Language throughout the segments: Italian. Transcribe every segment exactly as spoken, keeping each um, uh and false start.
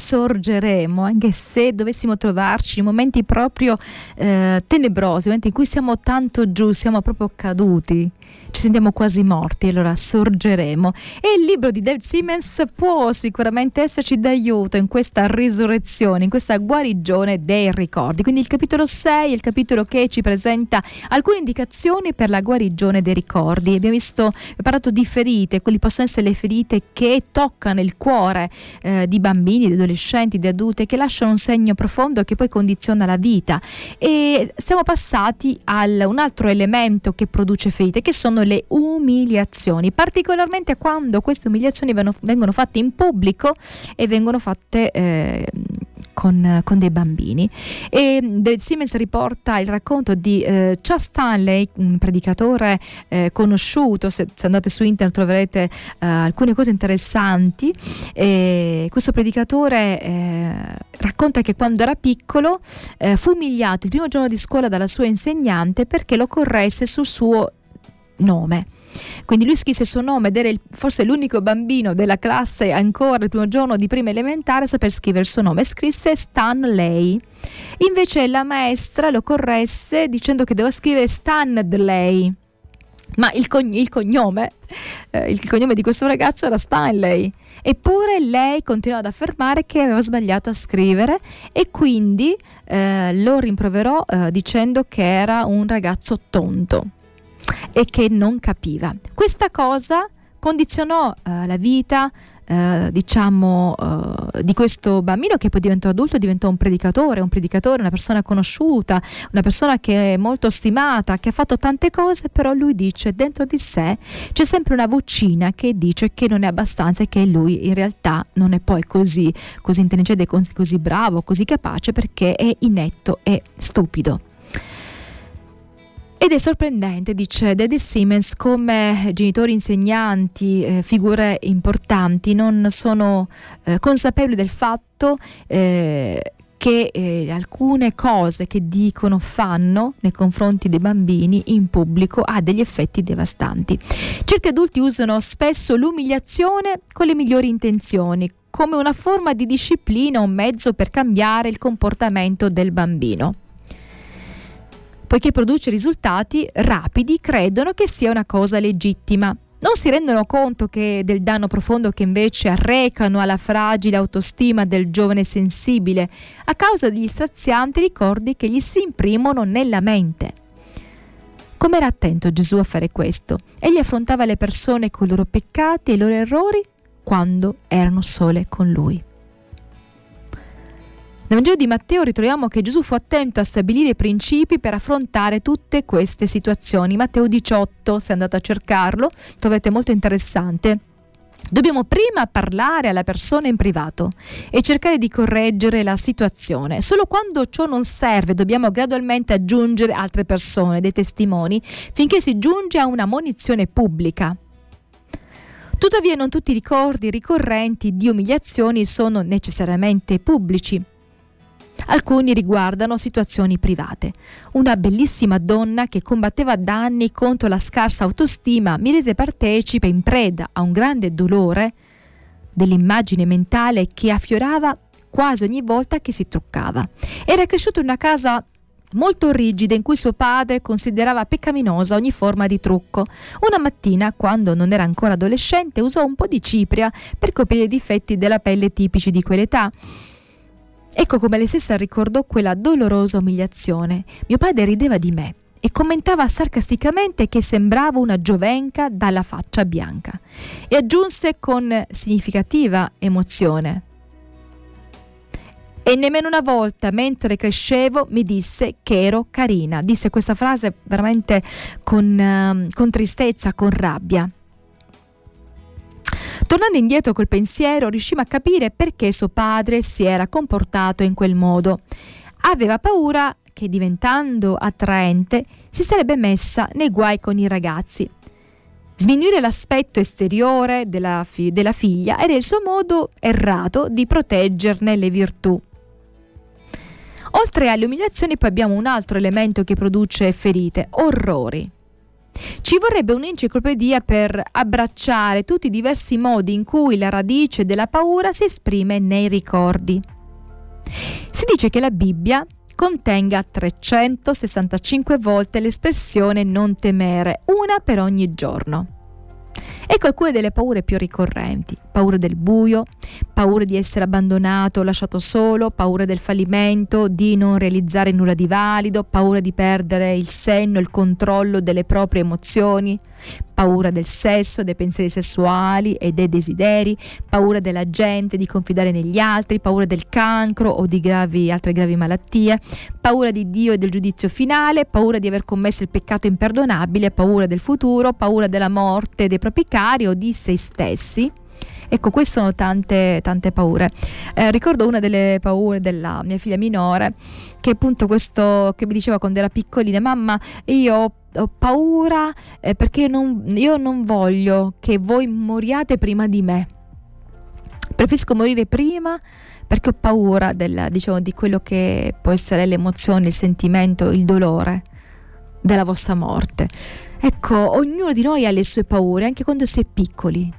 risorgeremo, anche se dovessimo trovarci in momenti proprio eh, tenebrosi, momenti in cui siamo tanto giù, siamo proprio caduti, ci sentiamo quasi morti, allora sorgeremo. E il libro di Dave Simmons può sicuramente esserci d'aiuto in questa risurrezione, in questa guarigione dei ricordi. Quindi il capitolo sei è il capitolo che ci presenta alcune indicazioni per la guarigione dei ricordi. Abbiamo visto, abbiamo parlato di ferite, quelli possono essere le ferite che toccano il cuore eh, di bambini, di adolescenti, di adulti, che lasciano un segno profondo che poi condiziona la vita. E siamo passati a un altro elemento che produce ferite, che sono le umiliazioni, particolarmente quando queste umiliazioni vengono, vengono fatte in pubblico e vengono fatte eh, con, con dei bambini. E David Simmons riporta il racconto di eh, Charles Stanley, un predicatore eh, conosciuto. Se, se andate su internet troverete eh, alcune cose interessanti. E questo predicatore eh, racconta che quando era piccolo eh, fu umiliato il primo giorno di scuola dalla sua insegnante perché lo corresse sul suo nome. Quindi lui scrisse il suo nome ed era il, forse l'unico bambino della classe ancora il primo giorno di prima elementare a saper scrivere il suo nome. Scrisse Stanley. Invece la maestra lo corresse dicendo che doveva scrivere Stanley, ma il, cogn- il cognome eh, il cognome di questo ragazzo era Stanley. Eppure lei continuò ad affermare che aveva sbagliato a scrivere e quindi eh, lo rimproverò eh, dicendo che era un ragazzo tonto e che non capiva. Questa cosa condizionò uh, la vita uh, diciamo uh, di questo bambino, che poi diventò adulto, diventò un predicatore, un predicatore, una persona conosciuta, una persona che è molto stimata, che ha fatto tante cose, però lui dice dentro di sé c'è sempre una vocina che dice che non è abbastanza e che lui in realtà non è poi così, così intelligente, così, così bravo, così capace, perché è inetto e stupido. Ed è sorprendente, dice David Simmons, come genitori, insegnanti, eh, figure importanti non sono eh, consapevoli del fatto eh, che eh, alcune cose che dicono, fanno nei confronti dei bambini in pubblico ha degli effetti devastanti. Certi adulti usano spesso l'umiliazione con le migliori intenzioni, come una forma di disciplina, un mezzo per cambiare il comportamento del bambino. Poiché produce risultati rapidi, credono che sia una cosa legittima. Non si rendono conto che del danno profondo che invece arrecano alla fragile autostima del giovane sensibile a causa degli strazianti ricordi che gli si imprimono nella mente. Com'era attento Gesù a fare questo? Egli affrontava le persone con i loro peccati e i loro errori quando erano sole con lui. Nel Vangelo di Matteo ritroviamo che Gesù fu attento a stabilire i principi per affrontare tutte queste situazioni. Matteo diciotto, se andate a cercarlo, trovate molto interessante. Dobbiamo prima parlare alla persona in privato e cercare di correggere la situazione. Solo quando ciò non serve dobbiamo gradualmente aggiungere altre persone, dei testimoni, finché si giunge a una munizione pubblica. Tuttavia non tutti i ricordi ricorrenti di umiliazioni sono necessariamente pubblici. Alcuni riguardano situazioni private. Una bellissima donna che combatteva da anni contro la scarsa autostima mi rese partecipe, in preda a un grande dolore, dell'immagine mentale che affiorava quasi ogni volta che si truccava. Era cresciuto in una casa molto rigida in cui suo padre considerava peccaminosa ogni forma di trucco. Una mattina, quando non era ancora adolescente, usò un po' di cipria per coprire i difetti della pelle tipici di quell'età. Ecco come lei stessa ricordò quella dolorosa umiliazione. Mio padre rideva di me e commentava sarcasticamente che sembravo una giovenca dalla faccia bianca. E aggiunse con significativa emozione: e nemmeno una volta mentre crescevo mi disse che ero carina. Disse questa frase veramente con, uh, con tristezza, con rabbia. Tornando indietro col pensiero, riuscimmo a capire perché suo padre si era comportato in quel modo. Aveva paura che, diventando attraente, si sarebbe messa nei guai con i ragazzi. Sminuire l'aspetto esteriore della, fi- della figlia era il suo modo errato di proteggerne le virtù. Oltre alle umiliazioni, poi abbiamo un altro elemento che produce ferite: orrori. Ci vorrebbe un'enciclopedia per abbracciare tutti i diversi modi in cui la radice della paura si esprime nei ricordi. Si dice che la Bibbia contenga trecentosessantacinque volte l'espressione non temere, una per ogni giorno. Ecco alcune delle paure più ricorrenti: paura del buio, paura di essere abbandonato o lasciato solo, paura del fallimento, di non realizzare nulla di valido, paura di perdere il senno, il controllo delle proprie emozioni, paura del sesso, dei pensieri sessuali e dei desideri, paura della gente, di confidare negli altri, paura del cancro o di gravi, altre gravi malattie, paura di Dio e del giudizio finale, paura di aver commesso il peccato imperdonabile, paura del futuro, paura della morte dei propri cari o di se stessi. Ecco, queste sono tante, tante paure. Eh, ricordo una delle paure della mia figlia minore, che appunto questo, che mi diceva quando era piccolina: mamma, io ho ho paura eh, perché io non, io non voglio che voi moriate prima di me, preferisco morire prima perché ho paura del, diciamo, di quello che può essere l'emozione, il sentimento, il dolore della vostra morte. Ecco, ognuno di noi ha le sue paure, anche quando si è piccoli.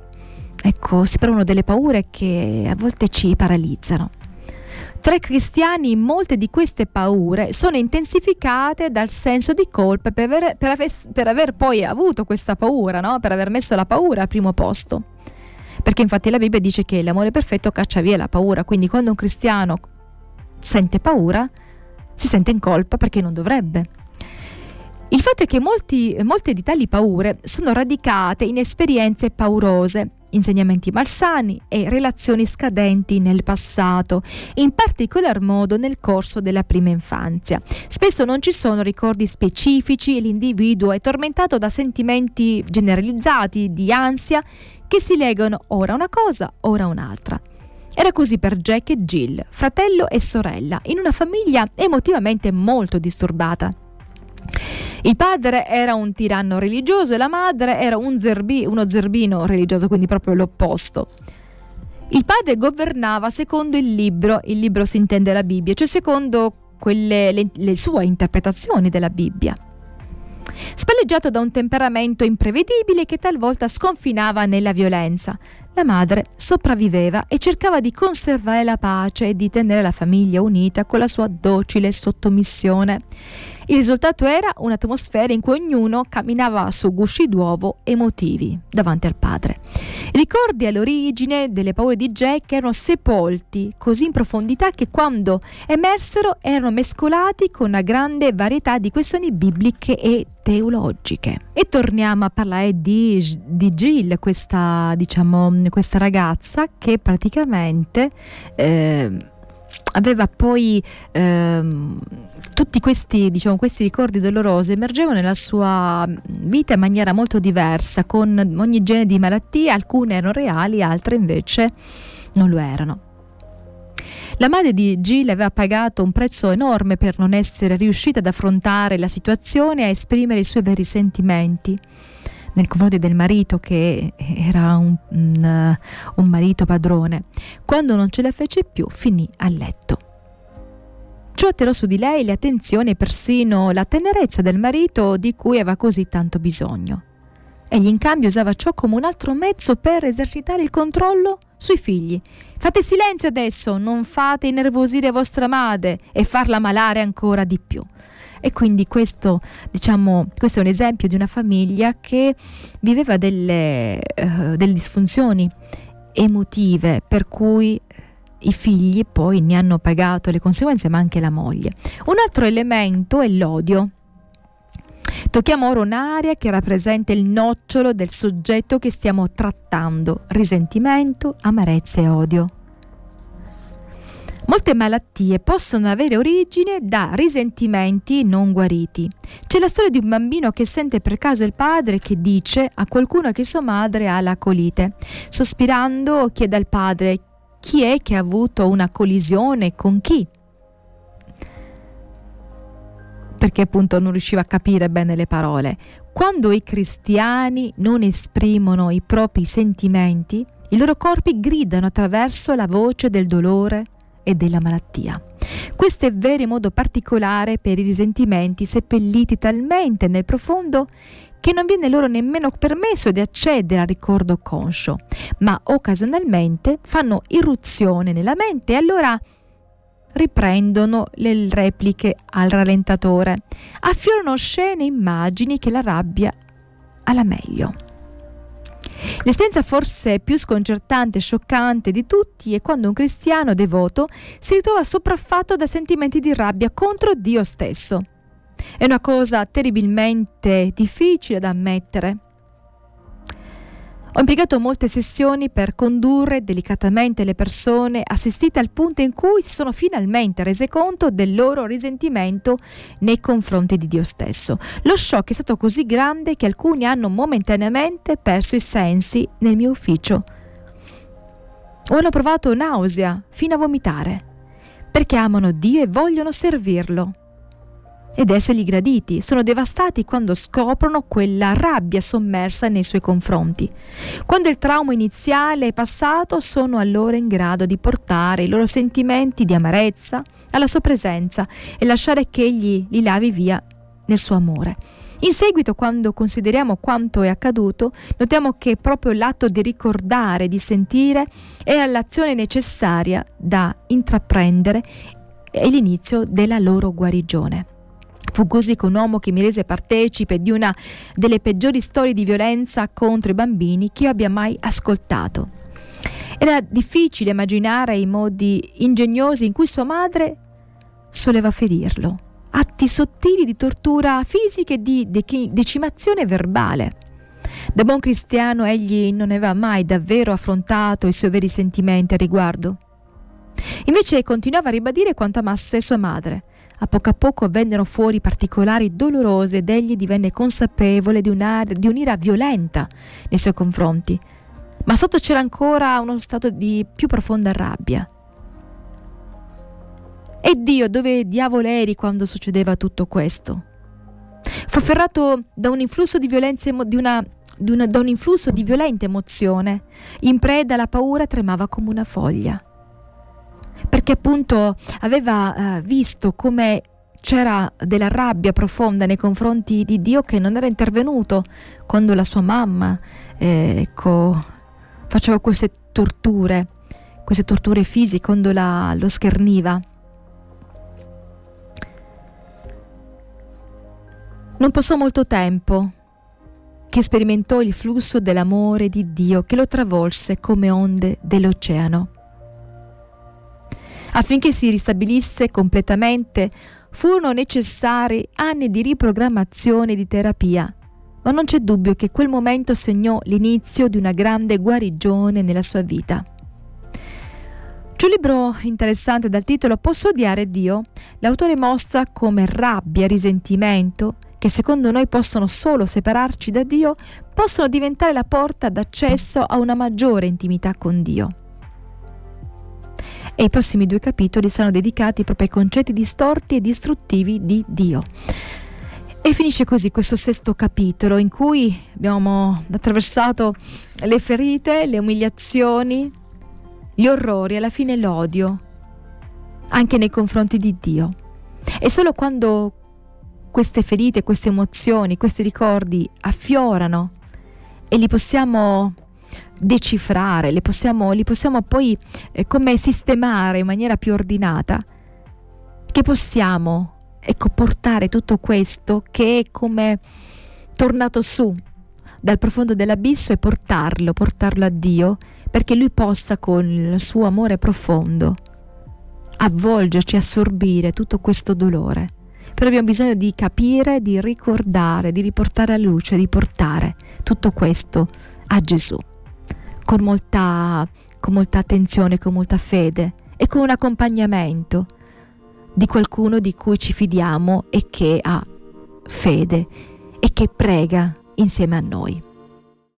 Ecco, si provano delle paure che a volte ci paralizzano. Tra i cristiani molte di queste paure sono intensificate dal senso di colpa per aver, per aver, per aver poi avuto questa paura, no? Per aver messo la paura al primo posto. Perché infatti la Bibbia dice che l'amore perfetto caccia via la paura, quindi quando un cristiano sente paura si sente in colpa perché non dovrebbe. Il fatto è che molti, molte di tali paure sono radicate in esperienze paurose, insegnamenti malsani e relazioni scadenti nel passato, in particolar modo nel corso della prima infanzia. Spesso non ci sono ricordi specifici e l'individuo è tormentato da sentimenti generalizzati di ansia che si legano ora a una cosa, ora a un'altra. Era così per Jack e Jill, fratello e sorella, in una famiglia emotivamente molto disturbata. Il padre era un tiranno religioso e la madre era un zerbi, uno zerbino religioso, quindi proprio l'opposto. Il padre governava secondo il libro, il libro si intende la Bibbia, cioè secondo quelle, le, le sue interpretazioni della Bibbia. Spalleggiato da un temperamento imprevedibile che talvolta sconfinava nella violenza, la madre sopravviveva e cercava di conservare la pace e di tenere la famiglia unita con la sua docile sottomissione. Il risultato era un'atmosfera in cui ognuno camminava su gusci d'uovo emotivi davanti al padre. I ricordi all'origine delle paure di Jack erano sepolti così in profondità che quando emersero erano mescolati con una grande varietà di questioni bibliche e teologiche. E torniamo a parlare di, di Jill, questa, diciamo, questa ragazza che praticamente eh, aveva poi ehm, tutti questi, diciamo, questi ricordi dolorosi emergevano nella sua vita in maniera molto diversa, con ogni genere di malattie, alcune erano reali, altre invece non lo erano. La madre di Jill aveva pagato un prezzo enorme per non essere riuscita ad affrontare la situazione e a esprimere i suoi veri sentimenti nei confronti del marito, che era un, un, un marito padrone. Quando non ce la fece più, finì a letto. Ciò attirò su di lei le attenzioni e persino la tenerezza del marito di cui aveva così tanto bisogno. Egli in cambio usava ciò come un altro mezzo per esercitare il controllo sui figli. Fate silenzio adesso, non fate innervosire vostra madre e farla malare ancora di più. E quindi questo, diciamo, questo è un esempio di una famiglia che viveva delle, uh, delle disfunzioni emotive, per cui i figli poi ne hanno pagato le conseguenze, ma anche la moglie. Un altro elemento è l'odio. Tocchiamo ora un'area che rappresenta il nocciolo del soggetto che stiamo trattando: risentimento, amarezza e odio. Molte malattie possono avere origine da risentimenti non guariti. C'è la storia di un bambino che sente per caso il padre che dice a qualcuno che sua madre ha la colite. Sospirando chiede al padre: chi è che ha avuto una collisione con chi? Perché appunto non riusciva a capire bene le parole. Quando i cristiani non esprimono i propri sentimenti, i loro corpi gridano attraverso la voce del dolore e della malattia. Questo è vero in modo particolare per i risentimenti seppelliti talmente nel profondo che non viene loro nemmeno permesso di accedere al ricordo conscio, ma occasionalmente fanno irruzione nella mente e allora riprendono le repliche al rallentatore, affiorano scene e immagini che la rabbia alla meglio. L'esperienza forse più sconcertante e scioccante di tutti è quando un cristiano devoto si ritrova sopraffatto da sentimenti di rabbia contro Dio stesso. È una cosa terribilmente difficile da ammettere. Ho impiegato molte sessioni per condurre delicatamente le persone assistite al punto in cui si sono finalmente rese conto del loro risentimento nei confronti di Dio stesso. Lo shock è stato così grande che alcuni hanno momentaneamente perso i sensi nel mio ufficio o hanno provato nausea fino a vomitare, perché amano Dio e vogliono servirlo ed essergli graditi. Sono devastati quando scoprono quella rabbia sommersa nei suoi confronti. Quando il trauma iniziale è passato, sono allora in grado di portare i loro sentimenti di amarezza alla sua presenza e lasciare che egli li lavi via nel suo amore. In seguito, quando consideriamo quanto è accaduto, notiamo che proprio l'atto di ricordare, di sentire, è l'azione necessaria da intraprendere e l'inizio della loro guarigione. Fu così che un uomo che mi rese partecipe di una delle peggiori storie di violenza contro i bambini che io abbia mai ascoltato. Era difficile immaginare i modi ingegnosi in cui sua madre soleva ferirlo, atti sottili di tortura fisica e di de- decimazione verbale. Da buon cristiano egli non aveva mai davvero affrontato i suoi veri sentimenti a riguardo. Invece continuava a ribadire quanto amasse sua madre. A poco a poco vennero fuori particolari dolorosi ed egli divenne consapevole di, una, di un'ira violenta nei suoi confronti, ma sotto c'era ancora uno stato di più profonda rabbia. E Dio, dove diavolo eri quando succedeva tutto questo? Fu afferrato da un influsso di violenza, di una, di una, da un influsso di violenta emozione. In preda alla paura tremava come una foglia, perché appunto aveva eh, visto come c'era della rabbia profonda nei confronti di Dio che non era intervenuto quando la sua mamma eh, ecco, faceva queste torture, queste torture fisiche, quando la, lo scherniva. Non passò molto tempo che sperimentò il flusso dell'amore di Dio che lo travolse come onde dell'oceano. Affinché si ristabilisse completamente, furono necessari anni di riprogrammazione e di terapia, ma non c'è dubbio che quel momento segnò l'inizio di una grande guarigione nella sua vita. C'è un libro interessante dal titolo Posso odiare Dio? L'autore mostra come rabbia e risentimento, che secondo noi possono solo separarci da Dio, possono diventare la porta d'accesso a una maggiore intimità con Dio. E i prossimi due capitoli saranno dedicati proprio ai concetti distorti e distruttivi di Dio. E finisce così questo sesto capitolo in cui abbiamo attraversato le ferite, le umiliazioni, gli orrori, alla fine l'odio, anche nei confronti di Dio. E solo quando queste ferite, queste emozioni, questi ricordi affiorano e li possiamo decifrare, li possiamo, li possiamo poi eh, come sistemare in maniera più ordinata, che possiamo ecco portare tutto questo che è come tornato su dal profondo dell'abisso e portarlo, portarlo a Dio, perché Lui possa con il suo amore profondo avvolgerci, assorbire tutto questo dolore. Però abbiamo bisogno di capire, di ricordare, di riportare a luce, di portare tutto questo a Gesù. Con molta, con molta attenzione, con molta fede e con un accompagnamento di qualcuno di cui ci fidiamo e che ha fede e che prega insieme a noi.